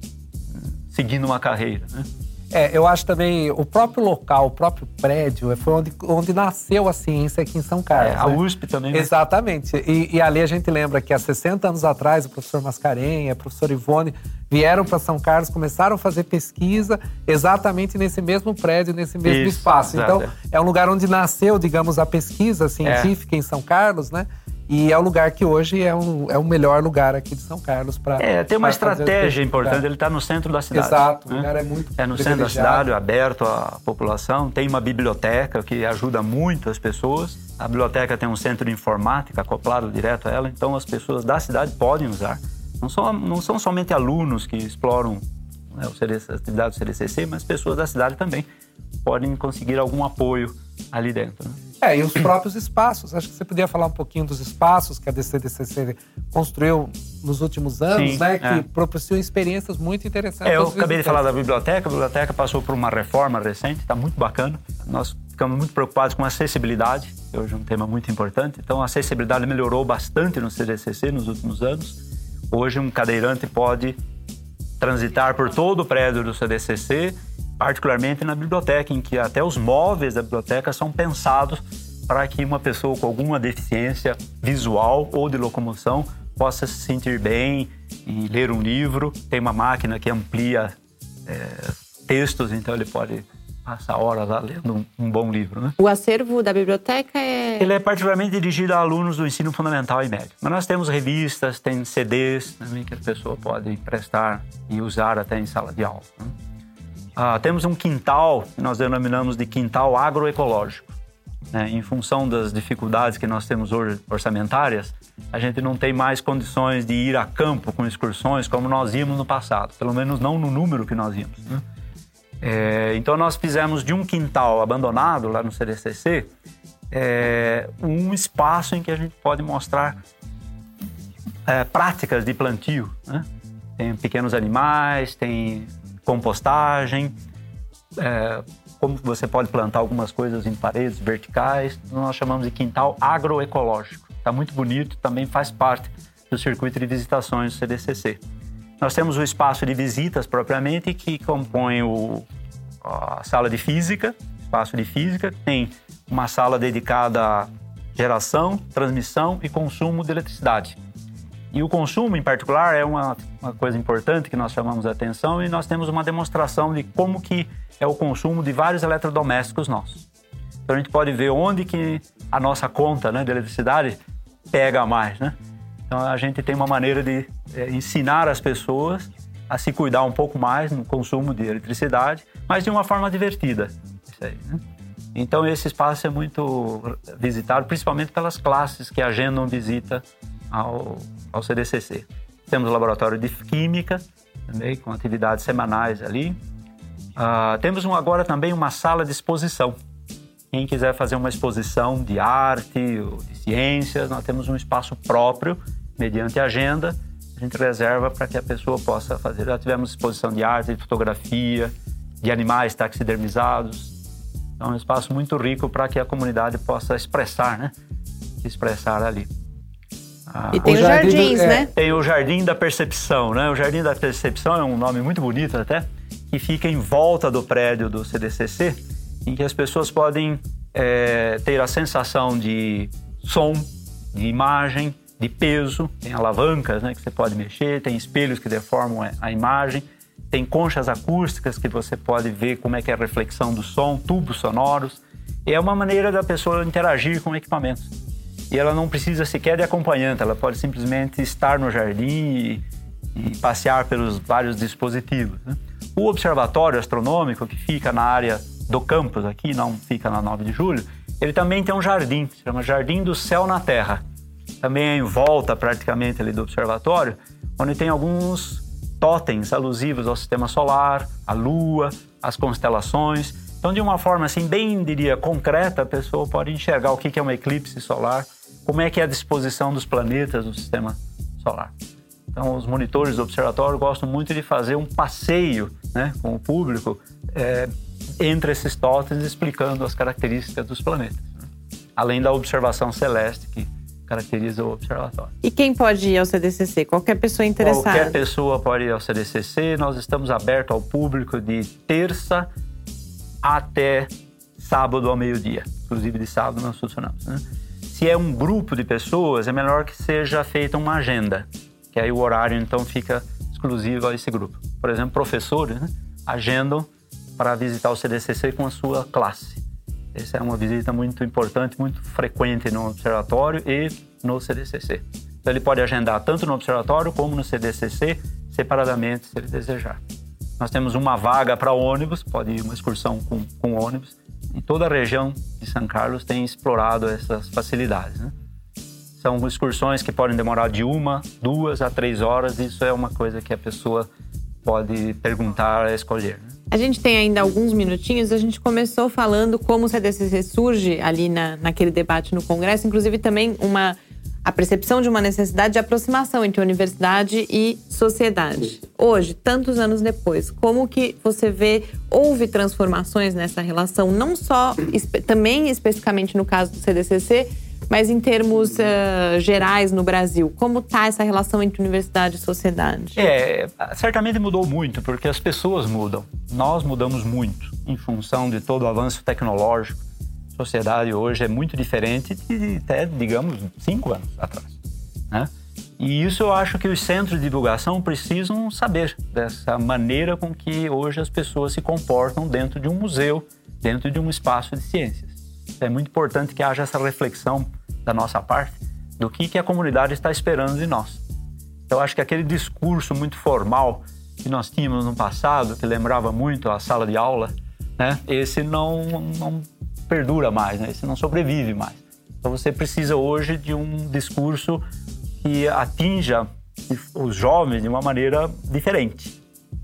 seguindo uma carreira, né? É, eu acho também o próprio local, o próprio prédio, foi onde, onde nasceu a ciência aqui em São Carlos. É, a né? U S P também. Né? Exatamente. E, e ali a gente lembra que há sessenta anos atrás, o professor Mascarenha, a professora Ivone vieram para São Carlos, começaram a fazer pesquisa exatamente nesse mesmo prédio, nesse mesmo Isso, espaço. Exato. Então, é um lugar onde nasceu, digamos, a pesquisa científica é. em São Carlos, né? E é o lugar que hoje é, um, é o melhor lugar aqui de São Carlos para. É, tem uma estratégia importante, ele está no centro da cidade. Exato, né? O lugar é muito É no centro da cidade, aberto à população. Tem uma biblioteca que ajuda muito as pessoas. A biblioteca tem um centro de informática acoplado direto a ela, então as pessoas da cidade podem usar. Não são, não são somente alunos que exploram, né, o C D C, as atividades do C D C C, mas pessoas da cidade também podem conseguir algum apoio ali dentro, né? É, e os próprios espaços. Acho que você podia falar um pouquinho dos espaços que a C D C C construiu nos últimos anos, Sim, né? Que é. proporcionam experiências muito interessantes. É, eu acabei de falar da biblioteca. A biblioteca passou por uma reforma recente, está muito bacana. Nós ficamos muito preocupados com a acessibilidade, que hoje é um tema muito importante. Então, a acessibilidade melhorou bastante no C D C C nos últimos anos. Hoje, um cadeirante pode transitar por todo o prédio do C D C C, particularmente na biblioteca, em que até os móveis da biblioteca são pensados para que uma pessoa com alguma deficiência visual ou de locomoção possa se sentir bem e ler um livro. Tem uma máquina que amplia é, textos, então ele pode passar horas lá lendo um, um bom livro, né? O acervo da biblioteca é... Ele é particularmente dirigido a alunos do ensino fundamental e médio. Mas nós temos revistas, tem C Ds também que a pessoa pode emprestar e usar até em sala de aula, né? Ah, temos um quintal que nós denominamos de quintal agroecológico. né, em função das dificuldades que nós temos hoje orçamentárias, a gente não tem mais condições de ir a campo com excursões como nós íamos no passado, pelo menos não no número que nós íamos, né? É, então nós fizemos de um quintal abandonado lá no C D C C é, um espaço em que a gente pode mostrar é, práticas de plantio, né? Tem pequenos animais, tem compostagem, é, como você pode plantar algumas coisas em paredes verticais. Nós chamamos de quintal agroecológico. Está muito bonito, também faz parte do circuito de visitações do C D C C. Nós temos o espaço de visitas propriamente, que compõe o, a sala de física, espaço de física, tem uma sala dedicada à geração, transmissão e consumo de eletricidade. E o consumo, em particular, é uma, uma coisa importante que nós chamamos a atenção, e nós temos uma demonstração de como que é o consumo de vários eletrodomésticos nossos. Então a gente pode ver onde que a nossa conta, né, de eletricidade pega mais, né? Então a gente tem uma maneira de é, ensinar as pessoas a se cuidar um pouco mais no consumo de eletricidade, mas de uma forma divertida. Isso aí, né? Então esse espaço é muito visitado, principalmente pelas classes que agendam visita ao, ao C D C C. Temos o laboratório de química, também com atividades semanais ali. Uh, temos um, agora também uma sala de exposição. Quem quiser fazer uma exposição de arte ou de ciências, nós temos um espaço próprio, mediante agenda, a gente reserva para que a pessoa possa fazer. Já tivemos exposição de arte, de fotografia, de animais taxidermizados. Então é um espaço muito rico para que a comunidade possa expressar, né? Se expressar ali. Ah, e tem os jardins, do, é, né? Tem o Jardim da Percepção, né? O Jardim da Percepção é um nome muito bonito até, que fica em volta do prédio do C D C C, em que as pessoas podem é, ter a sensação de som, de imagem, de peso. Tem alavancas, né, que você pode mexer, tem espelhos que deformam a imagem, tem conchas acústicas que você pode ver como é que é a reflexão do som, tubos sonoros. E é uma maneira da pessoa interagir com o equipamento. E ela não precisa sequer de acompanhante, ela pode simplesmente estar no jardim e, e passear pelos vários dispositivos, né? O observatório astronômico, que fica na área do campus aqui, não fica na nove de julho, ele também tem um jardim, se chama Jardim do Céu na Terra. Também é em volta praticamente ali do observatório, onde tem alguns totens alusivos ao sistema solar, à Lua, às constelações. Então, de uma forma assim, bem, diria, concreta, a pessoa pode enxergar o que é um eclipse solar, como é que é a disposição dos planetas no sistema solar. Então, os monitores do observatório gostam muito de fazer um passeio, né, com o público é, entre esses totens, explicando as características dos planetas, né? Além da observação celeste que caracteriza o observatório. E quem pode ir ao C D C C? Qualquer pessoa interessada? Qualquer pessoa pode ir ao C D C C. Nós estamos abertos ao público de terça até sábado ao meio-dia. Inclusive, de sábado nós funcionamos, né? Se é um grupo de pessoas, é melhor que seja feita uma agenda, que aí o horário, então, fica exclusivo a esse grupo. Por exemplo, professores, né, agendam para visitar o C D C C com a sua classe. Essa é uma visita muito importante, muito frequente no observatório e no C D C C. Então, ele pode agendar tanto no observatório como no C D C C, separadamente, se ele desejar. Nós temos uma vaga para ônibus, pode ir uma excursão com, com ônibus. E toda a região de São Carlos tem explorado essas facilidades, né? São excursões que podem demorar de uma, duas a três horas. Isso é uma coisa que a pessoa pode perguntar, escolher, né? A gente tem ainda alguns minutinhos. A gente começou falando como o C D C C surge ali na, naquele debate no Congresso. Inclusive também uma, a percepção de uma necessidade de aproximação entre universidade e sociedade. Hoje, tantos anos depois, como que você vê, houve transformações nessa relação? Não só, também especificamente no caso do C D C C, mas em termos uh, gerais no Brasil. Como está essa relação entre universidade e sociedade? É, certamente mudou muito, porque as pessoas mudam. Nós mudamos muito em função de todo o avanço tecnológico. A sociedade hoje é muito diferente de até, digamos, cinco anos atrás, né? E isso eu acho que os centros de divulgação precisam saber dessa maneira com que hoje as pessoas se comportam dentro de um museu, dentro de um espaço de ciências. É muito importante que haja essa reflexão da nossa parte do que, que a comunidade está esperando de nós. Eu acho que aquele discurso muito formal que nós tínhamos no passado, que lembrava muito a sala de aula, né? Esse não, não, perdura mais, né? Esse não sobrevive mais. Então você precisa hoje de um discurso que atinja os jovens de uma maneira diferente.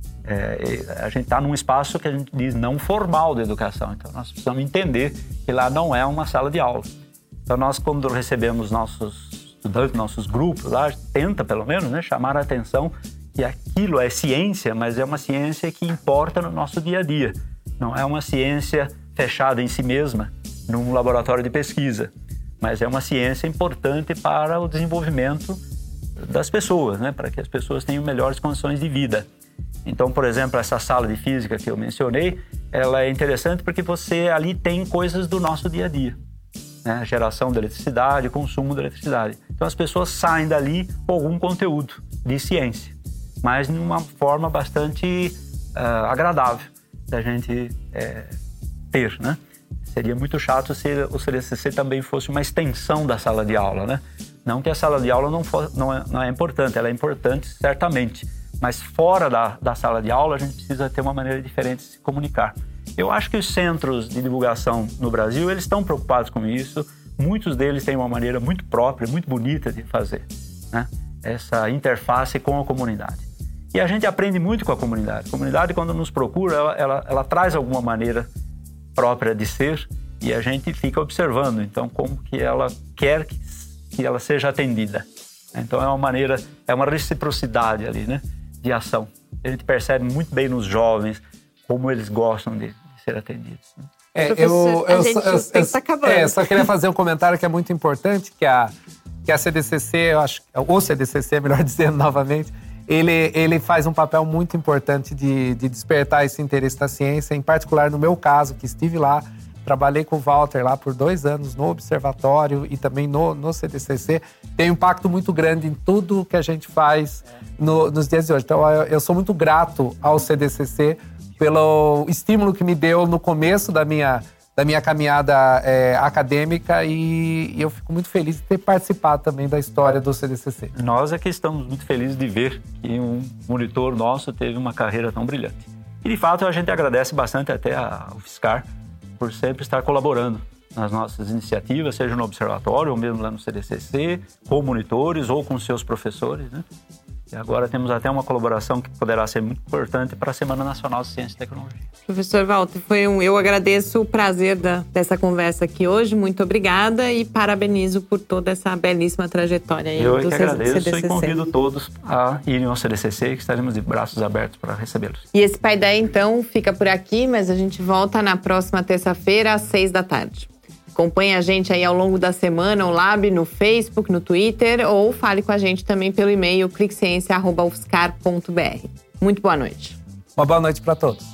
É, a gente está num espaço que a gente diz não formal de educação, então nós precisamos entender que lá não é uma sala de aula. Então nós, quando recebemos nossos estudantes, nossos grupos lá, tenta pelo menos, né, chamar a atenção que aquilo é ciência, mas é uma ciência que importa no nosso dia a dia. Não é uma ciência fechada em si mesma, num laboratório de pesquisa, mas é uma ciência importante para o desenvolvimento das pessoas, né, para que as pessoas tenham melhores condições de vida. Então, por exemplo, essa sala de física que eu mencionei, ela é interessante porque você ali tem coisas do nosso dia a dia, né? Geração de eletricidade, consumo de eletricidade. Então, as pessoas saem dali com algum conteúdo de ciência, mas de uma forma bastante uh, agradável da gente é, ter, né? Seria muito chato se o C D C C também fosse uma extensão da sala de aula, né? Não que a sala de aula não, for, não, é, não é importante, ela é importante certamente, mas fora da, da sala de aula a gente precisa ter uma maneira diferente de se comunicar. Eu acho que os centros de divulgação no Brasil, eles estão preocupados com isso, muitos deles têm uma maneira muito própria, muito bonita de fazer, né? Essa interface com a comunidade. E a gente aprende muito com a comunidade. A comunidade, quando nos procura, ela, ela, ela traz alguma maneira própria de ser e a gente fica observando, então, como que ela quer que, que ela seja atendida. Então, é uma maneira, é uma reciprocidade ali, né, de ação. A gente percebe muito bem nos jovens como eles gostam de, de ser atendidos. É, eu, eu, eu, eu, eu, é, só queria fazer um comentário que é muito importante, que a, que a C D C C, eu acho, o C D C C, melhor dizendo novamente, ele, ele faz um papel muito importante de, de despertar esse interesse da ciência, em particular no meu caso, que estive lá, trabalhei com o Walter lá por dois anos no observatório e também no, no C D C C, tem um impacto muito grande em tudo que a gente faz no, nos dias de hoje. Então, eu, eu sou muito grato ao C D C C pelo estímulo que me deu no começo da minha, da minha caminhada é, acadêmica e, e eu fico muito feliz de ter participado também da história do C D C C. Nós é que estamos muito felizes de ver que um monitor nosso teve uma carreira tão brilhante. E, de fato, a gente agradece bastante até ao UFSCar por sempre estar colaborando nas nossas iniciativas, seja no observatório ou mesmo lá no C D C C, com monitores ou com seus professores, né? E agora temos até uma colaboração que poderá ser muito importante para a Semana Nacional de Ciência e Tecnologia. Professor Walter, foi um, eu agradeço o prazer da, dessa conversa aqui hoje. Muito obrigada e parabenizo por toda essa belíssima trajetória aí eu do que agradeço C D C C. E convido todos a irem ao C D C C, que estaremos de braços abertos para recebê-los. E esse Paideia, então, fica por aqui, mas a gente volta na próxima terça-feira, às seis da tarde. Acompanhe a gente aí ao longo da semana, o Lab, no Facebook, no Twitter, ou fale com a gente também pelo e-mail cliqueciência arroba u f s c a r ponto b r. Muito boa noite. Uma boa noite para todos.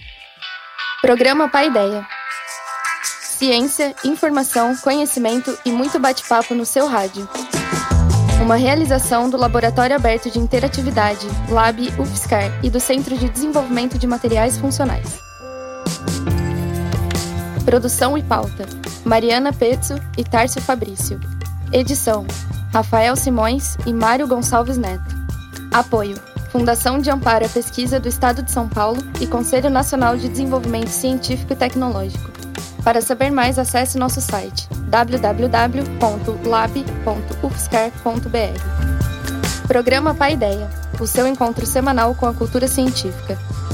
Programa Paideia. Ciência, informação, conhecimento e muito bate-papo no seu rádio. Uma realização do Laboratório Aberto de Interatividade, Lab U F S C A R, e do Centro de Desenvolvimento de Materiais Funcionais. Produção e pauta: Mariana Pezzo e Tárcio Fabrício. Edição: Rafael Simões e Mário Gonçalves Neto. Apoio: Fundação de Amparo à Pesquisa do Estado de São Paulo e Conselho Nacional de Desenvolvimento Científico e Tecnológico. Para saber mais, acesse nosso site w w w ponto lab ponto u f s c a r ponto b r. Programa Paideia, o seu encontro semanal com a cultura científica.